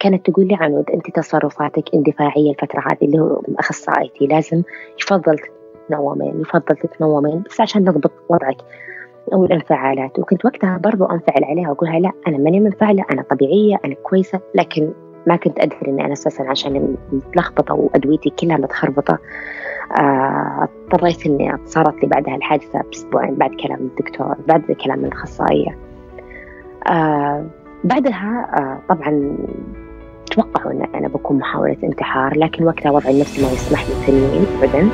كانت تقول لي عنود أنت تصرفاتك اندفاعية الفترة هذه، اللي هو أخصائيتي، لازم يفضل تتنومين بس عشان نضبط وضعك أو الانفعالات. وكنت وقتها برضو أنفعل عليها وأقولها لا أنا ماني منفعلة، أنا طبيعية، أنا كويسة، لكن ما كنت أدري إن أنا أساساً عشان متلخبطة وأدويتي كلها متخربطة. اضطريت إني صارت لي بعدها الحادثة بأسبوعين بعد كلام الدكتور، بعد كلام الأخصائية. بعدها طبعاً توقعوا إن أنا بكون محاولة انتحار، لكن وقتها وضعي النفسي ما يسمح لي التنويم أبداً.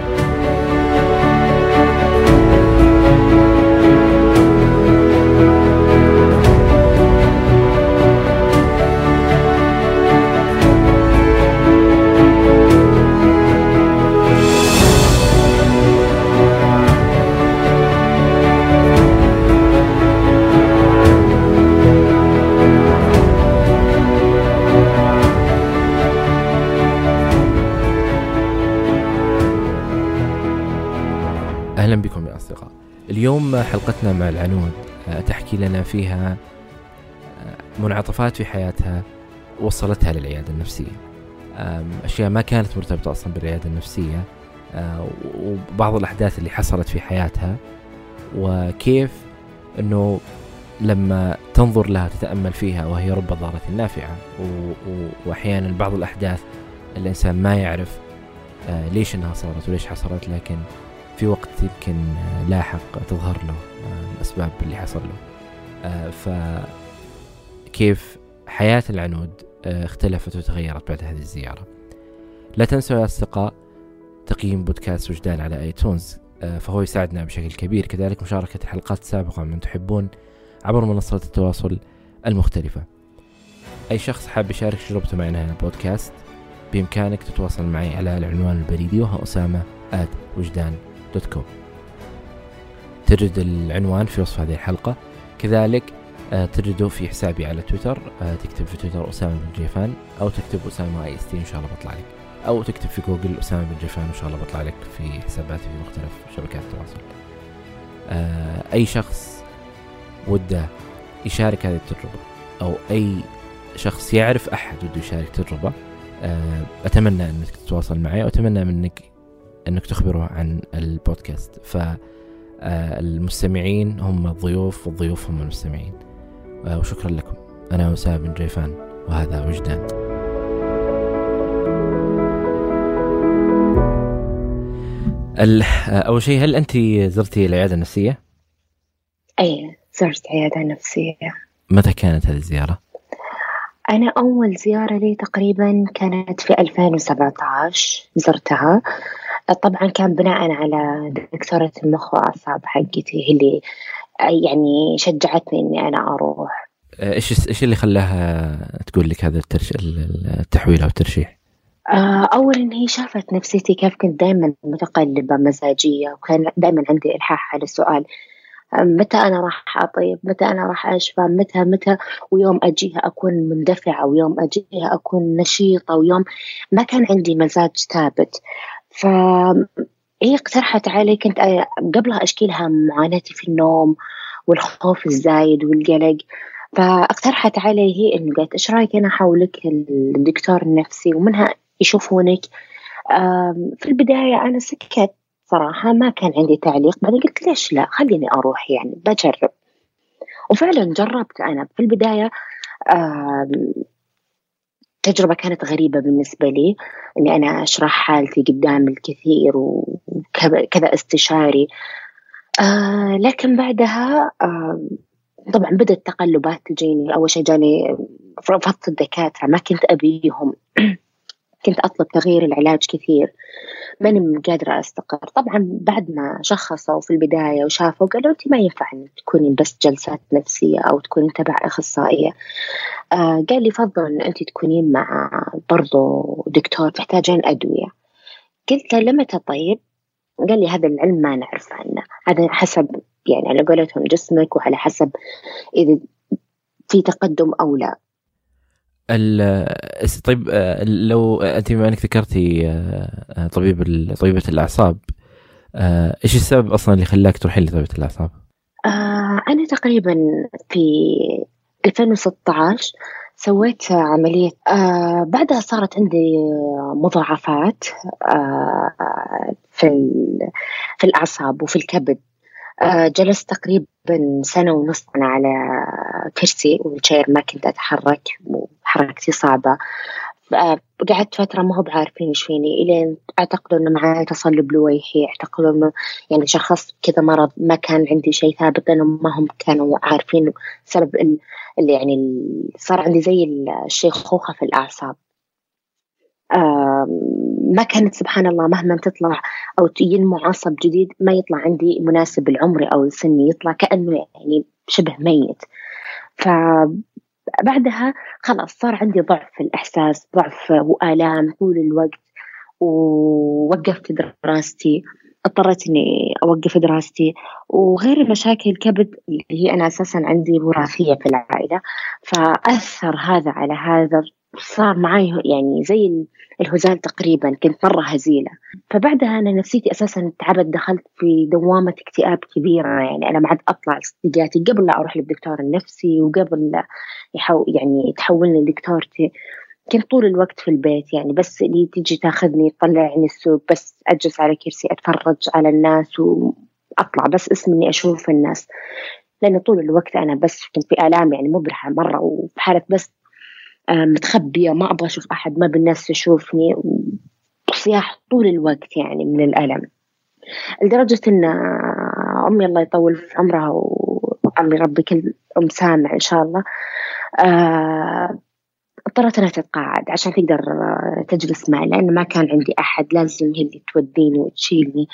أهلا بكم يا أصدقاء. اليوم حلقتنا مع العنود تحكي لنا فيها منعطفات في حياتها وصلتها للعيادة النفسية، أشياء ما كانت مرتبطة أصلا بالعيادة النفسية، وبعض الأحداث اللي حصلت في حياتها، وكيف أنه لما تنظر لها تتأمل فيها وهي رب ضارة نافعة. وأحيانا بعض الأحداث الإنسان ما يعرف ليش أنها صارت وليش حصلت، لكن في وقت يمكن لاحق تظهر له الأسباب اللي حصل له. فكيف حياة العنود اختلفت وتغيرت بعد هذه الزيارة. لا تنسوا يا أصدقاء تقييم بودكاست وجدان على ايتونز، فهو يساعدنا بشكل كبير. كذلك مشاركة الحلقات السابقة من تحبون عبر منصات التواصل المختلفة. أي شخص حاب يشارك تجربته معنا هنا البودكاست بإمكانك تتواصل معي على العنوان البريدي وهو أسامة@وجدان.com. تجد العنوان في وصف هذه الحلقة. كذلك تجده في حسابي على تويتر، تكتب في تويتر أسامة بن جيفان، أو تكتب أسامة IST إن شاء الله بطلع لك، أو تكتب في جوجل أسامة بن جيفان إن شاء الله بطلع لك في حساباتي في مختلف شبكات التواصل. أي شخص وده يشارك هذه التجربة، أو أي شخص يعرف أحد وده يشارك تجربة، أتمنى أنك تتواصل معي، وأتمنى منك أنك تخبره عن البودكاست. فالمستمعين هم الضيوف والضيوف هم المستمعين. وشكرا لكم. أنا أسامة بن جيفان وهذا وجدان. أول شيء، هل أنت زرتي العيادة النفسية؟ أي زرت عيادة نفسية. متى كانت هذه الزيارة؟ أنا أول زيارة لي تقريبا كانت في 2017 زرتها. طبعا كان بناء على دكتورة المخ وأعصاب حقتي هي اللي يعني شجعتني إني أنا أروح. إيش اللي خلاها تقول لك هذا التحويل أو الترشيح؟ أول إن هي شافت نفسيتي كيف كنت دائما متقلبة مزاجية، وكان دائما عندي إلحاح على السؤال متى أنا راح أطيب، متى أنا راح أشفى، متى ويوم أجيها أكون مندفعة، ويوم أجيها أكون نشيطة، ويوم ما كان عندي مزاج ثابت. فهي اقترحت علي، كنت قبلها أشكي لها معاناتي في النوم والخوف الزايد والقلق، فاقترحت علي هي إنه قالت إيش رأيك أنا أحولك الدكتور النفسي ومنها يشوفونك. في البداية أنا سكت صراحة، ما كان عندي تعليق، بعدين قلت ليش لا، خليني أروح يعني بجرب. وفعلا جربت. أنا في البداية تجربة كانت غريبة بالنسبة لي، إني أنا أشرح حالتي قدام الكثير وكذا استشاري. لكن بعدها طبعا بدأت تقلبات تجيني. أول شيء جاني رفضت الدكاترة، ما كنت أبيهم كنت أطلب تغيير العلاج كثير، ماني قادرة أستقر. طبعا بعد ما شخصوا في البداية وشافوا قالوا أنت ما ينفع أن تكوني بس جلسات نفسية أو تكوني تبع أخصائية. قال لي فضل أن أنت تكونين مع برضو دكتور، تحتاجين أدوية. قلت له لمتى طيب؟ قال لي هذا العلم ما نعرف عنه، هذا حسب يعني على قولتهم جسمك، وعلى حسب إذا في تقدم أو لا. طيب لو أنت بما أنك ذكرتي طبيبة الأعصاب، إيش السبب أصلا اللي خلاك تروحين لطبيبة الأعصاب؟ أنا تقريبا في 2016 سويت عملية. بعدها صارت عندي مضاعفات في الأعصاب وفي الكبد. جلست تقريبا سنة ونص أنا على كرسي والشير، ما كنت أتحرك وحركتي صعبة. قعدت فترة ما هو بعارفين إيش فيني، إلين اعتقدوا إنه معاي تصلب لويحي، اعتقدوا إنه يعني شخص كذا مرض، ما كان عندي شيء ثابت، لأنه ما هم كانوا عارفين سبب اللي يعني صار عندي زي الشيخوخة في الأعصاب. ما كانت سبحان الله مهما تطلع أو ينمو عصب جديد ما يطلع عندي مناسب لعمري أو سني، يطلع كأنه يعني شبه ميت. فبعدها خلاص صار عندي ضعف في الإحساس، ضعف وآلام طول الوقت، ووقفت دراستي، اضطريت إني أوقف دراستي. وغير مشاكل الكبد اللي هي أنا أساسا عندي وراثية في العائلة، فأثر هذا على هذا، صار معي يعني زي الهزال تقريبا، كنت مرة هزيلة. فبعدها أنا نفسيتي أساسا تعبت، دخلت في دوامة اكتئاب كبيرة، يعني أنا ما عاد أطلع صديقاتي قبل لا أروح للدكتور النفسي، وقبل لا يعني تحولني لدكتورتي. كنت طول الوقت في البيت، يعني بس اللي تيجي تاخذني تطلعني السوق، بس أجلس على كرسي أتفرج على الناس وأطلع بس اسم إني أشوف الناس، لأنه طول الوقت أنا بس كنت في آلام يعني مبرحة مرة، وفي حالة بس متخبية، ما أبغى أشوف أحد، ما بالناس تشوفني، صياح طول الوقت يعني من الألم، لدرجة إن أمي الله يطول في عمرها وعمري ربي كل أم سامع إن شاء الله، اضطرت أنها تتقاعد عشان تقدر تجلس معي، لأن ما كان عندي أحد، لازم هي اللي توديني وتشيلني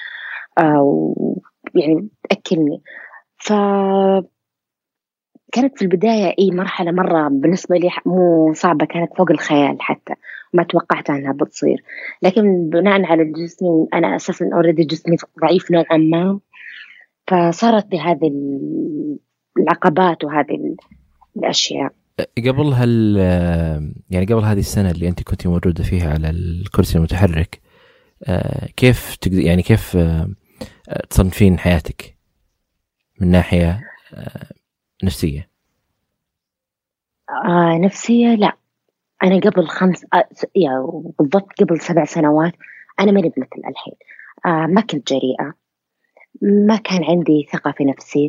ويعني تأكلني. فكانت في البداية مرحلة مرة بالنسبة لي مو صعبة، كانت فوق الخيال، حتى ما توقعت أنها بتصير. لكن بناء على جسمي، أنا أساسا أوريدي جسمي ضعيف نوعا ما، فصارت لي هذه العقبات وهذه الأشياء. قبل يعني قبل هذه السنة اللي أنت كنت موجودة فيها على الكرسي المتحرك، كيف يعني كيف تصنفين حياتك من ناحية نفسية؟ نفسية لا، أنا قبل يعني بالضبط قبل 7 سنوات أنا ماني مثل الحين. ما كنت جريئة، ما كان عندي ثقة في نفسي،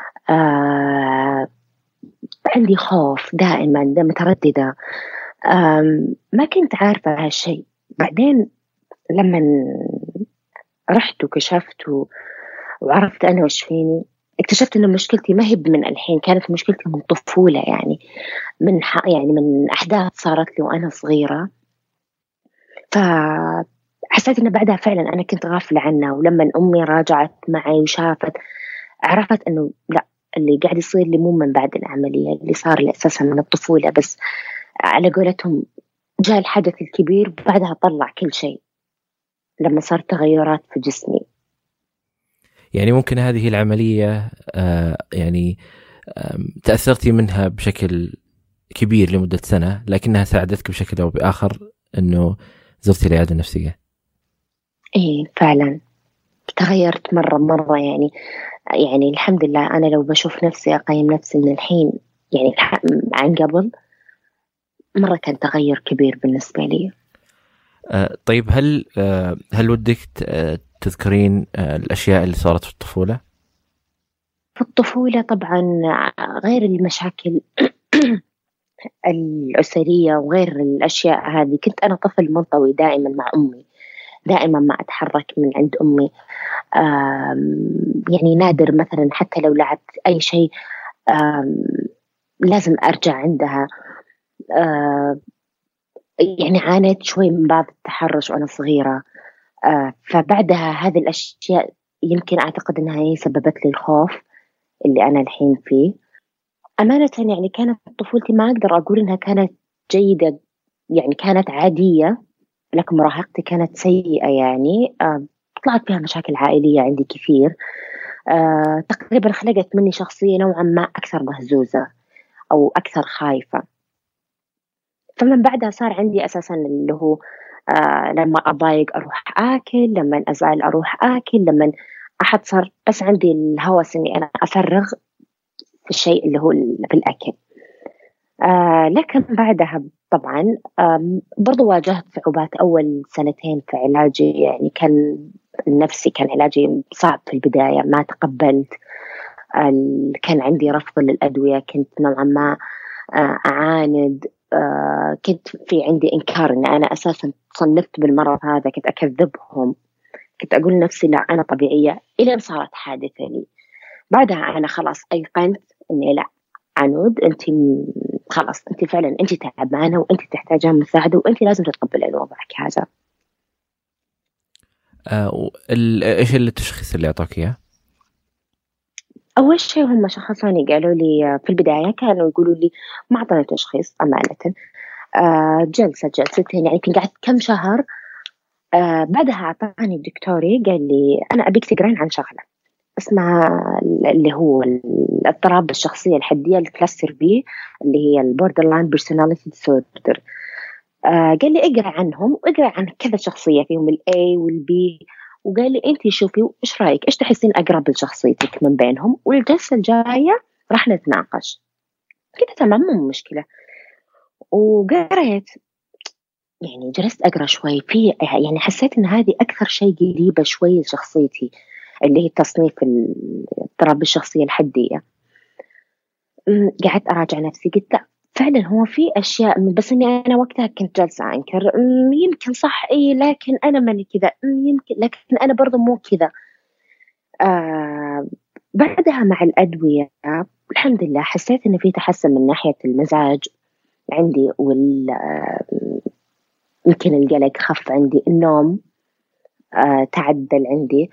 عندي خوف دائما، مترددة، ما كنت عارفة هالشيء. بعدين لما رحت وكشفت وعرفت أنا وش فيني، اكتشفت إنه مشكلتي ما هي من الحين، كانت مشكلتي من طفولة، يعني يعني من أحداث صارت لي وأنا صغيرة. فحسيت إنه بعدها فعلا أنا كنت غافلة عنها، ولما أمي راجعت معي وشافت، عرفت إنه لا، اللي قاعد يصير لي مو من بعد العملية، اللي صار لي أساسا من الطفولة، بس على قولتهم جاء الحدث الكبير بعدها طلع كل شيء لما صارت تغيرات في جسمي. يعني ممكن هذه العملية يعني تأثرتي منها بشكل كبير لمدة سنة، لكنها ساعدتك بشكل أو بآخر أنه زرتي العيادة النفسية. إيه فعلا تغيرت مرة يعني الحمد لله. أنا لو بشوف نفسي أقيم نفسي من الحين يعني عن قبل، مرة كان تغير كبير بالنسبة لي. طيب هل ودك تذكرين الأشياء اللي صارت في الطفولة؟ في الطفولة طبعا غير المشاكل الأسرية وغير الأشياء هذه، كنت أنا طفل منطوي دائما مع أمي، دائما ما أتحرك من عند أمي. يعني نادر مثلا حتى لو لعبت أي شيء لازم أرجع عندها. يعني عانيت شوي من بعض التحرش وأنا صغيرة. فبعدها هذه الأشياء يمكن أعتقد أنها هي سببت لي الخوف اللي أنا الحين فيه. أمانة يعني كانت طفولتي ما أقدر أقول إنها كانت جيدة، يعني كانت عادية، لكن مراهقتي كانت سيئة. يعني طلعت فيها مشاكل عائلية عندي كثير. تقريبا خلقت مني شخصية نوعا ما أكثر مهزوزة أو أكثر خايفة. فمن بعدها صار عندي أساسا اللي هو لما أضايق أروح آكل، لما أزعل أروح آكل، لما أحد صار بس عندي الهوس إني أنا أفرغ في الشيء اللي هو في الأكل. لكن بعدها طبعا برضو واجهت صعوبات أول سنتين في علاجي، يعني كان النفسي كان علاجي صعب في البداية، ما تقبلت. كان عندي رفض للأدوية، كنت نوعا ما أعاند. كنت في عندي إنكار إن أنا أساسا صنفت بالمرض هذا، كنت أكذبهم، كنت أقول لنفسي لا أنا طبيعية، إلى أن صارت حادثة لي. بعدها أنا خلاص أيقنت إني لا، عنود أنت خلاص أنت فعلا أنت تعبانة وأنت تحتاجين مساعدة وأنت لازم تتقبلين وضعك هذا. إيش اللي التشخيص اللي أعطاك إياه؟ أول شيء هم شخصوني، قالوا لي في البداية كانوا يقولوا لي ما أعطوني تشخيص أمانة. جلسة جلستين، يعني كنت قعدت كم شهر. بعدها أعطاني الدكتوري قال لي أنا أبيك تقرين عن شغلة اسمها اللي هو الاضطراب الشخصية الحدية، الكلاستر بي، اللي هي البوردر لاين بيرسوناليتي ديسوردر. قال لي اقرأ عنهم، واقرأ عن كذا شخصية فيهم الأي والبي، وقال لي أنت شوفي إيش رأيك، إيش تحسين أقرب لشخصيتك من بينهم، والجلسة الجاية راح نتناقش. كده تمام، مو مشكلة. وقرأت، يعني جلست أقرأ شوي في، يعني حسيت إن هذه أكثر شيء قريبة شوي لشخصيتي، اللي هي تصنيف اضطراب الشخصية الحدية. قعدت أراجع نفسي، قلت لا فعلا هو في أشياء، بس إني أنا وقتها كنت جالسة أنكر. يمكن صح إيه، لكن أنا ماني كذا، يمكن لكن أنا برضو مو كذا. بعدها مع الأدوية الحمد لله حسيت إن في تحسن من ناحية المزاج عندي، يمكن القلق خف عندي، النوم تعدل عندي.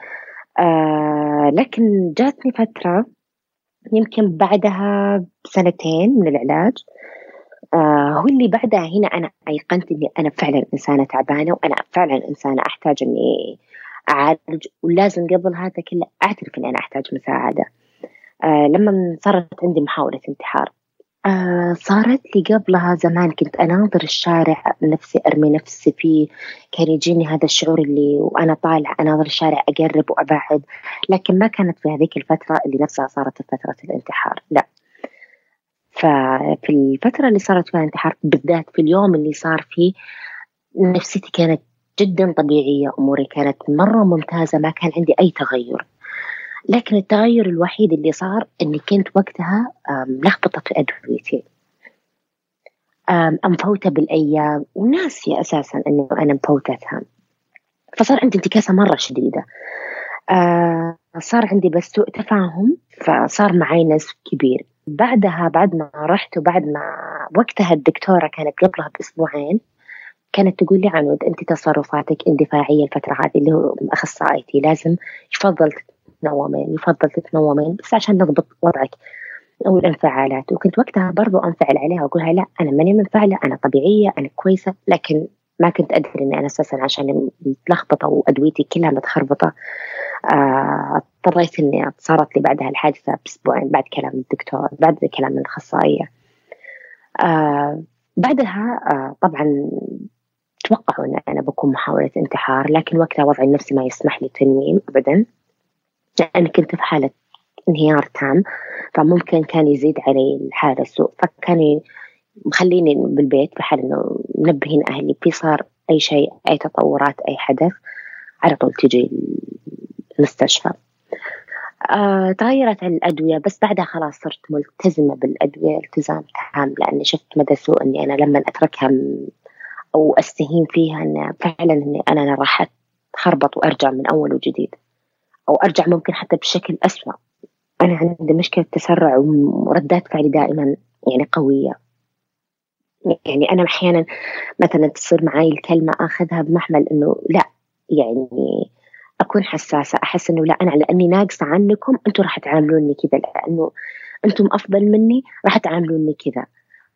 لكن جاتني فترة يمكن بعدها سنتين من العلاج، هو اللي بعدها هنا أنا أيقنت إني أنا فعلا إنسانة تعبانة، وأنا فعلا إنسانة أحتاج إني أعالج، ولازم قبل هذا كله أعترف إني أنا أحتاج مساعدة. لما صارت عندي محاولة انتحار، صارت لي قبلها زمان كنت أناظر الشارع نفسي أرمي نفسي فيه، كان يجيني هذا الشعور اللي وأنا طالع أناظر الشارع أقرب وأبعد، لكن ما كانت في هذيك الفترة اللي نفسها صارت في فترة الانتحار، لا. ففي الفترة اللي صارت فيها الانتحار بالذات، في اليوم اللي صار فيه، نفسيتي كانت جدا طبيعية، أموري كانت مرة ممتازة، ما كان عندي أي تغير. لكن التغير الوحيد اللي صار أني كنت وقتها ملخبطة في أدويتي، مفوتة بالأيام وناسية أساسا أنه أنا مفوتتها، فصار عندي انتكاسة مرة شديدة. صار عندي بس سوء تفاهم، فصار معي نزف كبير. بعدها بعد ما رحت، وبعد ما وقتها الدكتورة كانت قبلها بأسبوعين كانت تقول لي عنود أنت تصرفاتك اندفاعية الفترة هذه، اللي هو أخصائيتي لازم يفضل تتنومين بس عشان نضبط وضعك أو الانفعالات. وكنت وقتها برضو أنفعل عليها وأقولها لا أنا ماني منفعلة، أنا طبيعية، أنا كويسة، لكن ما كنت أدري إني أنا أساسا عشان متلخبطة وأدويتي كلها متخربطة. اضطريت إني صارت لي بعدها الحادثة بأسبوعين بعد كلام الدكتور، بعد كلام الأخصائية. بعدها طبعا توقعوا أن أنا بكون محاولة انتحار، لكن وقتها وضعي النفسي ما يسمح لي تنويم أبدا، لأن كنت في حالة انهيار تام، فممكن كان يزيد علي الحالة السوء، فكان مخليني بالبيت بحال إنه منبهين أهلي في صار أي شيء، أي تطورات، أي حدث على طول تجي المستشفى. تغيرت الأدوية، بس بعدها خلاص صرت ملتزمة بالأدوية التزام تام، لأني شفت مدى سوء إني أنا لما أتركها أو أستهين فيها أن فعلا إني أنا راح أتخربط وأرجع من أول وجديد، أو أرجع ممكن حتى بشكل أسوأ. أنا عندي مشكلة تسرع وردات فعلي دائما يعني قوية، يعني أنا أحيانا مثلا تصير معي الكلمة أخذها بمحمل إنه لا، يعني أكون حساسة، أحس إنه لا، أنا لأني ناقصة عنكم أنتم راح تعاملوني كذا، لأنه أنتم أفضل مني راح تعاملوني كذا.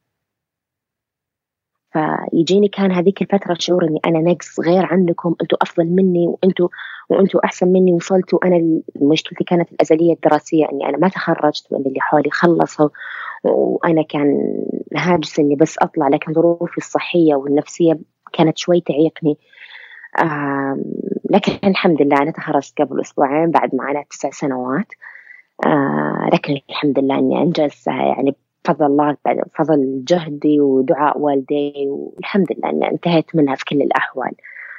فيجيني كان هذيك الفترة شعور إني أنا نقص غير عنكم، أنتوا أفضل مني، وأنتوا أحسن مني وصلتوا. أنا مشكلتي كانت الأزلية الدراسية، إني أنا ما تخرجت وإن اللي حولي خلصوا، وأنا كان هاجس إني بس أطلع، لكن ظروفي الصحية والنفسية كانت شوي تعيقني. لكن الحمد لله أنا تخرجت قبل أسبوعين بعد معاناة 9 سنوات. لكن الحمد لله إني أنجزتها يعني فضل الله، بعد فضل جهدي ودعاء والدي، والحمد لله أن انتهيت منها في كل الأحوال.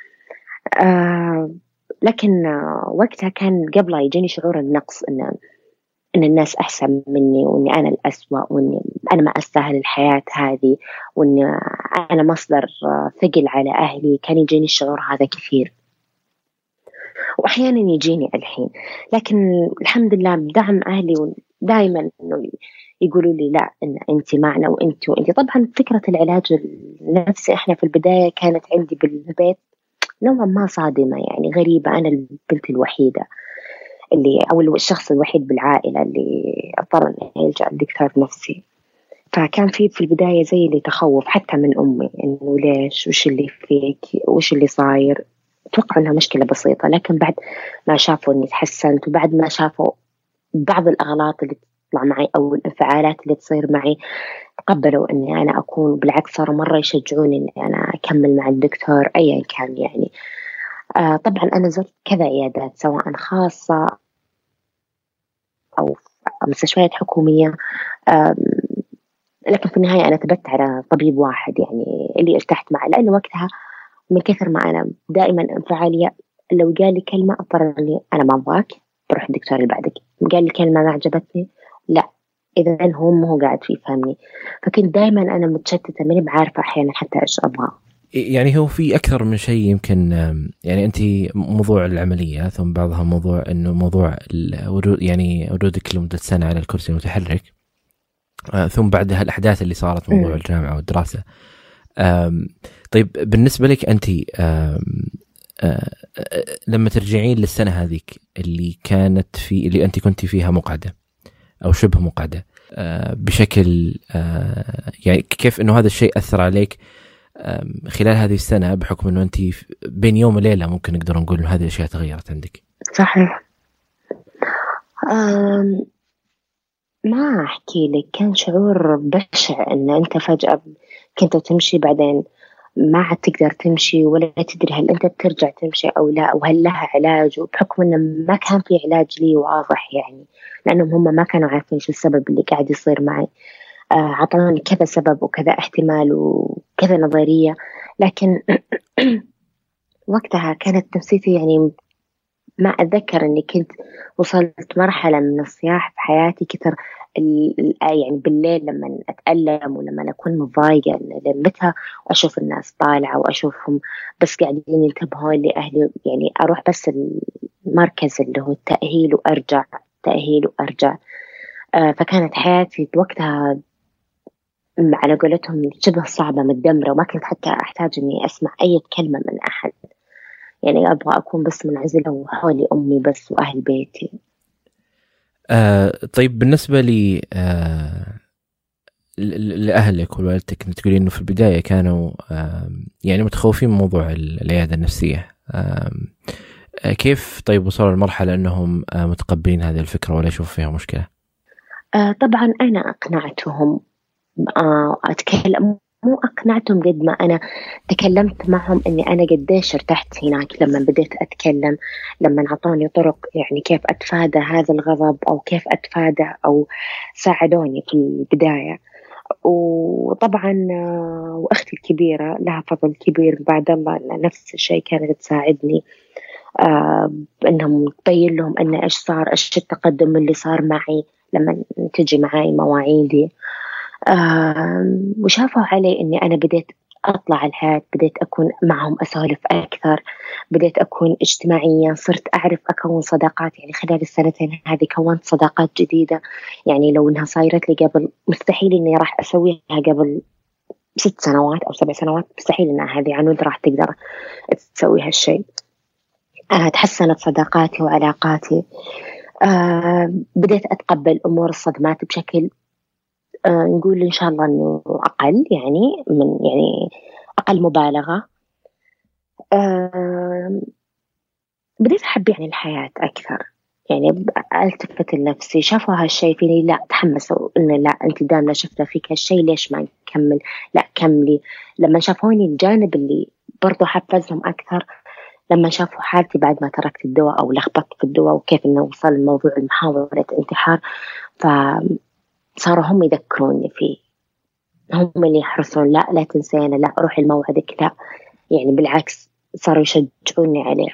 لكن وقتها كان قبل يجيني شعور النقص، إن الناس أحسن مني، وإني أنا الأسوأ، وإني أنا ما أستاهل الحياة هذه، وإن أنا مصدر ثقل على أهلي. كان يجيني الشعور هذا كثير، وأحيانا يجيني الحين. لكن الحمد لله بدعم أهلي دائما إنه يقولوا لي لا، إن أنت معنا، وأنت طبعا فكرة العلاج النفسي إحنا في البداية كانت عندي بالبيت نوعا ما صادمة، يعني غريبة. أنا البنت الوحيدة أو الشخص الوحيد بالعائلة اللي اضطر إنه يلجأ لدكتور نفسي. فكان في البداية زي اللي تخوف حتى من أمي، إنه ليش، وش اللي فيك، وش اللي صاير. أتوقع إنها مشكلة بسيطة، لكن بعد ما شافوا إني تحسنت، وبعد ما شافوا بعض الأغلاط اللي تطلع معي أو الانفعالات اللي تصير معي، تقبلوا إني أنا أكون، بالعكس صاروا مرة يشجعوني إني أنا أكمل مع الدكتور أيا كان يعني. طبعا أنا زرت كذا عيادات سواء خاصة أو مستشفيات حكومية، لكن في النهاية أنا ثبت على طبيب واحد يعني اللي ارتحت معه، لأنه وقتها من كثر ما أنا دائما انفعالية، لو قال لي كلمة أضطر إني أنا ما أبغاك، بروح الدكتور اللي بعدك. قال لي كلمة ما عجبتني، لا، إذا هو ما هو قاعد يفهمني. فكنت دائما أنا متشتتة، ماني بعارفة أحيانا حتى إيش أبغى. يعني هو في أكثر من شيء يمكن، يعني أنت موضوع العملية، ثم بعضها موضوع إنه موضوع يعني وجودك لمدة سنة على الكرسي المتحرك، ثم بعدها الأحداث اللي صارت، موضوع الجامعة والدراسة. طيب بالنسبة لك أنت، لما ترجعين للسنة هذيك اللي كانت اللي أنت كنت فيها مقعدة أو شبه مقعدة بشكل، يعني كيف إنه هذا الشيء أثر عليك خلال هذه السنة، بحكم إنه أنت بين يوم وليلة ممكن نقدر نقول إنه هذه الأشياء تغيرت عندك؟ صحيح. ما أحكي لك، كان شعور بشع إن أنت فجأة كنت تمشي، بعدين ما عاد تقدر تمشي، ولا تدري هل أنت بترجع تمشي أو لا، وهل لها علاج. وبحكم إنه ما كان في علاج لي واضح يعني، لأنهم هم ما كانوا عارفين شو السبب اللي قاعد يصير معي. عطوني كذا سبب وكذا احتمال وكذا نظرية، لكن وقتها كانت نفسيتي يعني ما أتذكر أني كنت وصلت مرحلة من الصياح في حياتي كثر يعني بالليل لما أتألم ولما أكون مضايقة لمتها، وأشوف الناس طالعة وأشوفهم بس قاعدين ينتبهون لأهلي، يعني أروح بس المركز اللي هو التأهيل وأرجع، تأهيل وأرجع. فكانت حياتي وقتها على قولتهم شبه صعبة متدمرة، وما كنت حتى أحتاج أني أسمع أي كلمة من أحد، يعني أبغى أكون بس منعزلة وحولي أمي بس وأهل بيتي. طيب بالنسبة لي لأهلك ووالدتك، تقولين إنه في البداية كانوا يعني متخوفين من موضوع العيادة النفسية، كيف طيب وصلوا لمرحلة أنهم متقبلين هذه الفكرة ولا يشوفوا فيها مشكلة؟ طبعا أنا أقنعتهم، أتكلم، مو أقنعتهم قد ما أنا تكلمت معهم إني أنا قديش ارتحت هناك لما بديت أتكلم، لما عطوني طرق يعني كيف أتفادى هذا الغضب أو كيف أتفادى، أو ساعدوني في البداية. وطبعا وأختي الكبيرة لها فضل كبير بعد الله، نفس الشيء كانت تساعدني، إنهم تبين لهم أن إيش صار، إيش التقدم اللي صار معي لما تجي معي مواعيدي. وشافوا علي إني أنا بديت أطلع الحياة، بديت أكون معهم أسولف أكثر، بديت أكون اجتماعية، صرت أعرف أكون صداقات. يعني خلال السنتين هذه كونت صداقات جديدة، يعني لو إنها صايرت لي قبل مستحيل إني راح أسويها قبل 6 سنوات أو 7 سنوات، مستحيل إنها هذه عنود راح تقدر تسوي هالشيء. تحسنت صداقاتي وعلاقاتي، بديت أتقبل أمور الصدمات بشكل نقول إن شاء الله إنه أقل، يعني يعني أقل مبالغة. بديت أحب يعني الحياة أكثر، يعني ألتفت لنفسي، شافوا هالشيء فيني، لا تحمسوا إنه لا أنت دامنا شفنا فيك هالشيء ليش ما نكمل، لا كملي. لما شافوني الجانب اللي برضو حفزهم أكثر، لما شافوا حالتي بعد ما تركت الدواء أو لخبطت في الدواء وكيف إنه وصل الموضوع لمحاولة انتحار، صاروا هم يذكروني فيه، هم اللي يحرصون لا تنسينا، لا روحي لموعدك، لا يعني بالعكس صاروا يشجعوني عليه.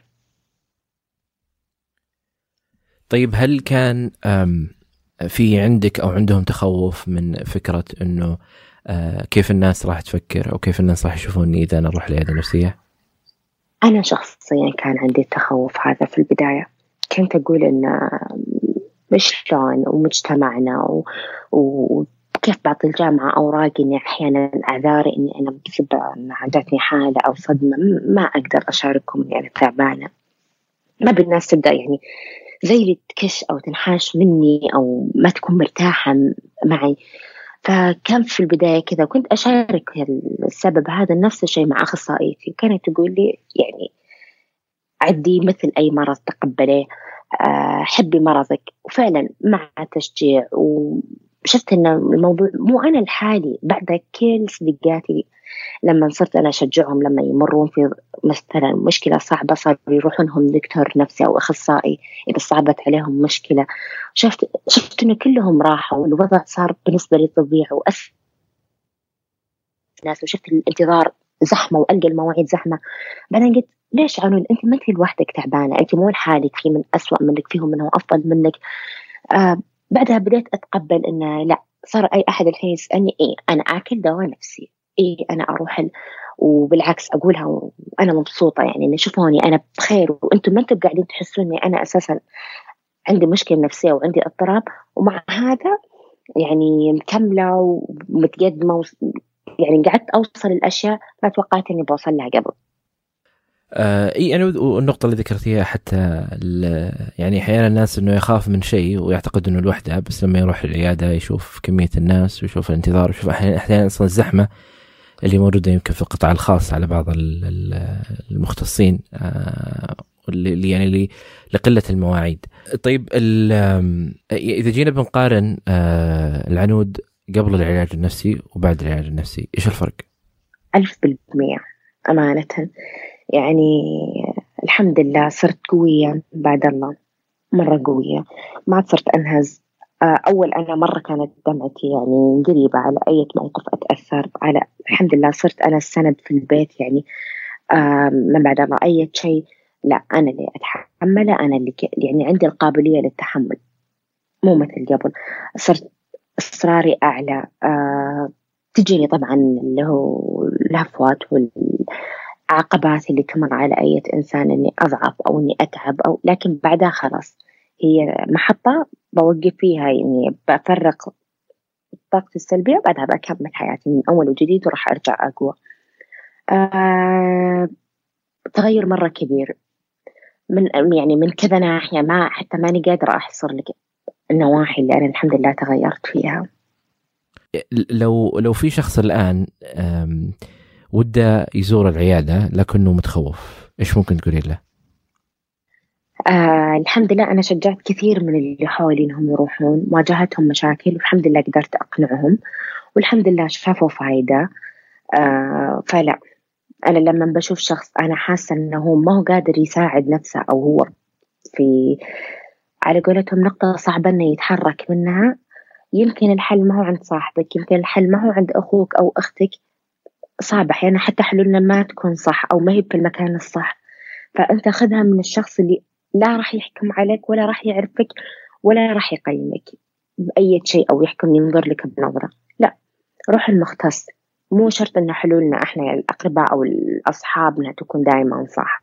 طيب هل كان في عندك أو عندهم تخوف من فكرة أنه كيف الناس راح تفكر أو كيف الناس راح يشوفوني إذا أنا أروح لعيادة نفسية؟ أنا شخصيا كان عندي التخوف هذا في البداية، كنت أقول إن شلون ومجتمعنا وكيف بعطي الجامعة أوراقي إني أحيانا أعذاري إني أنا بسبب إن جاتني حالة أو صدمة ما أقدر أشارككم إني أنا تعبانة. ما بالناس تبدأ يعني زي اللي تكش أو تنحاش مني أو ما تكون مرتاحة معي. فكان في البداية كذا كنت أشارك السبب هذا نفس الشيء مع أخصائيتي، كانت تقول لي يعني عدي مثل أي مرض تقبليه، حبي مرضك. وفعلا مع تشجيع، وشفت إن الموضوع مو أنا الحالي. بعد كل صديقاتي لما صرت أنا أشجعهم لما يمرون في مثلا مشكلة صعبة صاروا يروحون لهم دكتور نفسي أو أخصائي إذا صعبت عليهم مشكلة. شفت إنه كلهم راحوا والوضع صار بالنسبة لي طبيعي وأسهل ناس، وشفت الانتظار زحمة وألقى المواعيد زحمة. بعدين قلت ليش عنون، أنت ما أنت لوحدك تعبانة، أنت مو لحالك، في من أسوأ منك، فيهم منهم أفضل منك. بعدها بديت أتقبل إنه لا، صار أي أحد الحين يسألني إيه أنا آكل دواء نفسي، إيه أنا أروح وبالعكس أقولها وأنا مبسوطة يعني إن شوفوني أنا بخير، وأنتم ما أنتم قاعدين تحسون إني أنا أساسا عندي مشكلة نفسية وعندي اضطراب، ومع هذا يعني مكملة ومتقدمة يعني قعدت أوصل الأشياء ما توقعت إني بوصل لها قبل. اي انا والنقطه اللي ذكرتيها حتى يعني احيانا الناس انه يخاف من شيء ويعتقد انه لوحده، بس لما يروح العياده يشوف كميه الناس ويشوف الانتظار ويشوف احيانا اصلا الزحمه اللي موجوده يمكن في القطاع الخاص على بعض المختصين، اللي يعني لقله المواعيد. طيب اذا جينا بنقارن العنود قبل العلاج النفسي وبعد العلاج النفسي، ايش الفرق؟ 1000% أمانة. يعني الحمد لله صرت قوية بعد الله، مرة قوية، ما صرت أنهز. أول أنا مرة كانت دمعتي يعني قريبة على أي موقف أتأثر على، الحمد لله صرت أنا السند في البيت يعني. من بعد الله أي شيء لا أنا اللي أتحمله، أنا اللي يعني عندي القابلية للتحمل مو مثل قبل. صرت إصراري أعلى. تجيني طبعا اللي هو الهفوات والعقبات اللي تمر على أي إنسان إني أضعف أو إني أتعب أو، لكن بعدها خلاص هي محطة بوقف فيها يعني بفرق طاقتي السلبية، بعدها بكمل حياتي من أول وجديد وراح أرجع أقوى. تغير مرة كبير من كذا ناحية، ما حتى ماني قادرة أحصر لك النواحي اللي أنا الحمد لله تغيرت فيها. لو في شخص الآن وده يزور العيادة لكنه متخوف، إيش ممكن تقولي له؟ الحمد لله أنا شجعت كثير من اللي حولي إنهم يروحون، واجهتهم مشاكل والحمد لله قدرت أقنعهم والحمد لله شافوا فايدة. فلا، أنا لما بشوف شخص أنا حاسة إنه ما هو قادر يساعد نفسه أو هو في على قولتهم نقطة صعبة إنه يتحرك منها، يمكن الحل ما هو عند صاحبك، يمكن الحل ما هو عند أخوك أو أختك، صعب أحيانا حتى حلولنا ما تكون صح أو ما هي في المكان الصح. فأنت خذها من الشخص اللي لا راح يحكم عليك ولا راح يعرفك ولا راح يقيمك بأي شيء أو يحكم ينظر لك بنظرة، لا، روح المختص. مو شرط أن حلولنا إحنا الأقرباء أو الأصحاب أنها تكون دائما صح.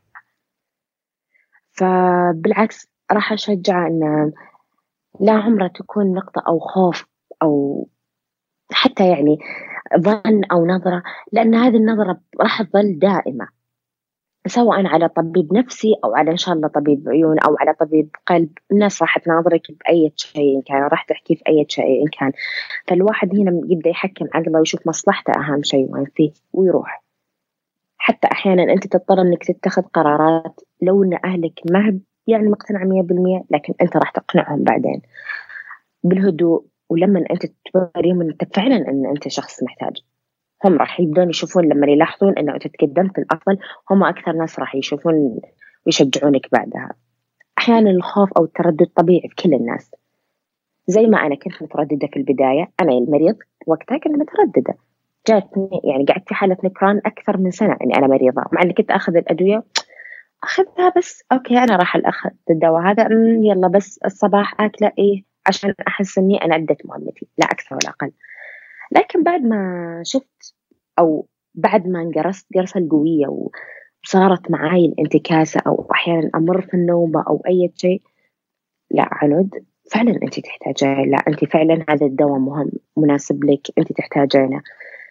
فبالعكس راح أشجع أن لا عمره تكون نقطة أو خوف أو حتى يعني ظن أو نظرة، لأن هذه النظرة راح تظل دائمة سواء على طبيب نفسي أو على إن شاء الله طبيب عيون أو على طبيب قلب. الناس راح تناظرك بأي شيء إن كان، راح تحكي في أي شيء إن كان. فالواحد هنا يبدأ يحكم عقله ويشوف مصلحته أهم شيء وين فيه ويروح. حتى أحيانا أنت تضطر أنك تتخذ قرارات لو أن أهلك ما يعني مقتنع 100%، لكن أنت راح تقنعهم بعدين بالهدوء، ولما أنت توريهم أنت فعلا أن أنت شخص محتاج، هم راح يبدون يشوفون لما يلاحظون أنه أنت تقدمت الأفضل، هم أكثر ناس راح يشوفون ويشجعونك بعدها. أحيانا الخوف أو التردد طبيعي في كل الناس، زي ما أنا كنت مترددة في البداية، أنا المريض وقتها كنت مترددة، جاتني يعني قعدت في حالة نكران أكثر من سنة إني أنا مريضة، مع إني كنت أخذ الأدوية أخذها، بس أوكي أنا راح أخذ الدواء هذا يلا بس الصباح أكله إيه عشان أحس إني أنا أديت مهمتي، لا أكثر ولا أقل. لكن بعد ما شفت أو بعد ما انقرصت قرصة القوية وصارت معاي الانتكاسة أو أحيانا أمر في النوبة أو أي شيء، لا عنود فعلا أنت تحتاجين، لا أنت فعلا هذا الدواء مهم مناسب لك، أنت تحتاجينه.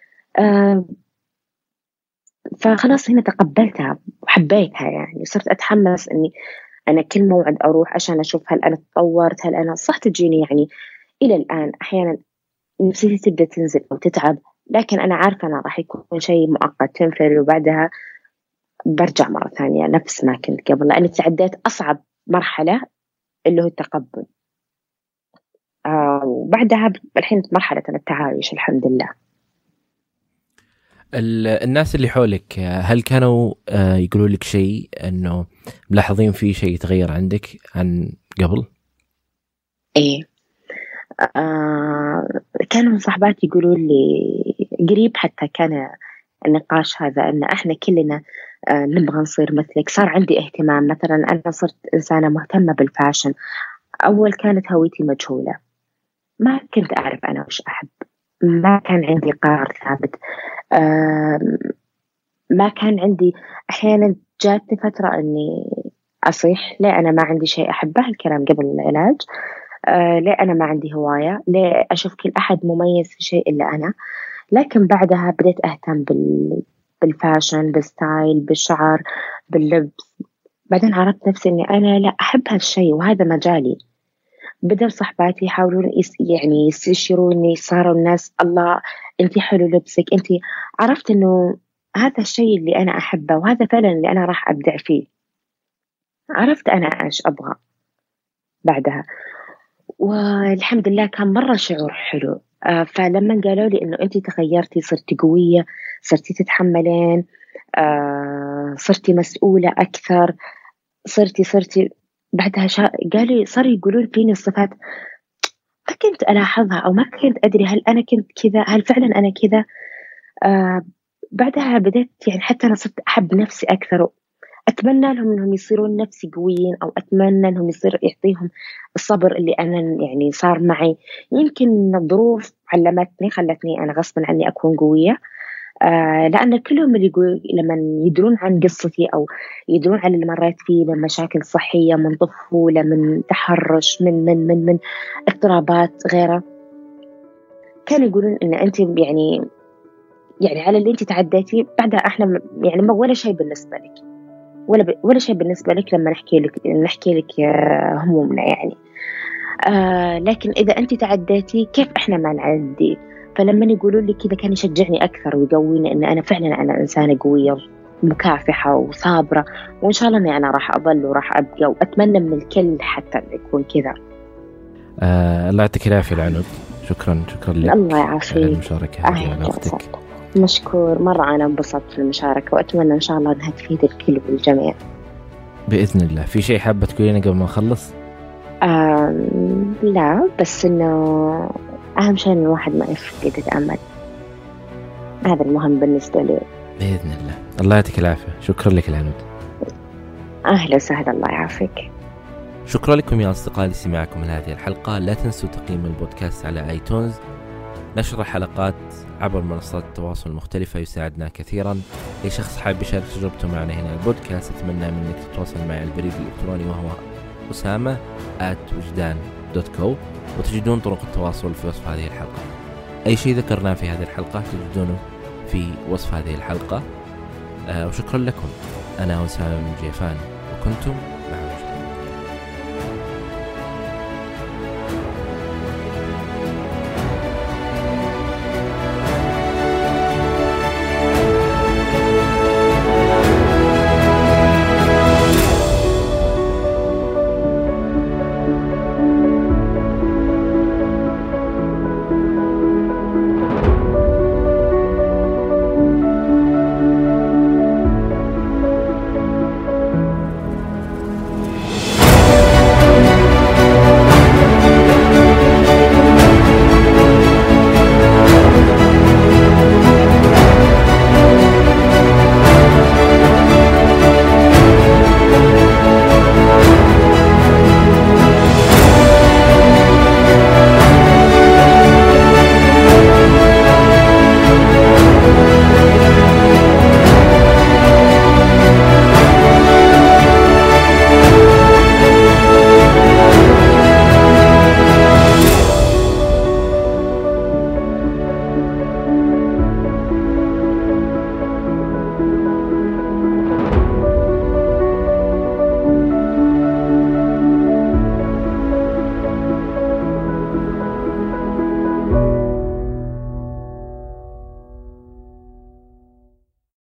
فخلاص هنا تقبلتها وحبيتها، يعني صرت أتحمس إني أنا كل موعد أروح عشان أشوف هل أنا تطورت، هل أنا صح. تجيني يعني إلى الآن أحيانا نفسيتي تبدأ تنزل أو تتعب، لكن أنا عارفة أنا راح يكون شيء مؤقت تنفر، وبعدها برجع مرة ثانية نفس ما كنت قبل، لأني تعديت أصعب مرحلة اللي هو التقبل. وبعدها الحين مرحلة التعايش الحمد لله. الناس اللي حولك هل كانوا يقولوا لك شيء أنه ملاحظين فيه شيء يتغير عندك عن قبل؟ إيه كانوا صاحباتي يقولوا لي قريب، حتى كان النقاش هذا أن إحنا كلنا نبغى نصير مثلك. صار عندي اهتمام، مثلا أنا صرت إنسانة مهتمة بالفاشن. أول كانت هويتي مجهولة، ما كنت أعرف أنا وش أحب، ما كان عندي قرار ثابت، ما كان عندي. أحيانا جاتني فترة أني أصيح ليه أنا ما عندي شيء أحبه، الكلام قبل العلاج. ليه أنا ما عندي هواية، ليه أشوف كل أحد مميز في شيء إلا أنا. لكن بعدها بديت أهتم بالفاشن، بالستايل، بالشعر، باللبس. بعدين عرفت نفسي أني أنا لا أحب هالشيء وهذا مجالي. بدأ صحباتي يحاولون يعني يستشيروني، صاروا الناس الله أنتي حلو لبسك أنتي. عرفت أنه هذا الشيء اللي أنا أحبه وهذا فعلا اللي أنا راح أبدع فيه. عرفت أنا إيش أبغى بعدها، والحمد لله كان مرة شعور حلو. فلما قالوا لي إنه أنتي تغيرتي، صرتي قوية، صرتي تتحملين، صرتي مسؤولة أكثر، صرتي بعدها قالوا صاروا يقولون فيني الصفات ما كنت ألاحظها أو ما كنت أدري هل أنا كنت كذا، هل فعلا أنا كذا. بعدها بدأت يعني حتى أنا صرت أحب نفسي أكثر، أتمنى لهم إنهم يصيرون نفسي قويين، أو أتمنى إنهم يصير يعطيهم الصبر اللي أنا يعني صار معي. يمكن الظروف علمتني، خلتني أنا غصبا عني أكون قوية. لأن كلهم اللي يقول لما يدرون عن قصتي أو يدرون عن اللي مريت فيه من مشاكل صحية، من طفولة، من تحرش، من اضطرابات غيره، كانوا يقولون إن أنت يعني على اللي أنت تعديتي بعدها إحنا يعني ما ولا شيء بالنسبة لك، ولا شيء بالنسبة لك لما نحكي لك همومنا يعني. لكن إذا أنت تعديتي كيف إحنا ما نعدي؟ فلما يقولوا لي كذا كان يشجعني أكثر ويقويني إن أنا فعلا أنا إنسانة قوية مكافحة وصابرة، وإن شاء الله إني أنا راح أظل وراح أبقى، وأتمنى من الكل حتى يكون كذا. الله يعطيك العافية العنود، شكرا لك. الله يعافيك على المشاركة هذه وقتك. مشكور مرة، أنا انبسطت في المشاركة وأتمنى إن شاء الله أنها تفيد الكل والجميع بإذن الله. في شيء حابة تقولينه قبل ما نخلص؟ لا، بس إنه أهم شيء إن الواحد ما يفقد الأمل، هذا المهم بالنسبة لي. بإذن الله. الله يعطيك العافية، شكرا لك العنود. أهلا وسهلا، الله يعافيك. شكرا لكم يا أصدقائي لسماعكم لهذه الحلقة. لا تنسوا تقييم البودكاست على آيتونز. نشر الحلقات عبر منصات التواصل المختلفة يساعدنا كثيرا. أي شخص حاب يشارك تجربته معنا هنا البودكاست أتمنى منك تتواصل معي على البريد الإلكتروني وهو usama@wujdan.co، وتجدون طرق التواصل في وصف هذه الحلقة. أي شيء ذكرناه في هذه الحلقة تجدونه في وصف هذه الحلقة. وشكرا لكم. أنا أسامة من جيفان وكنتم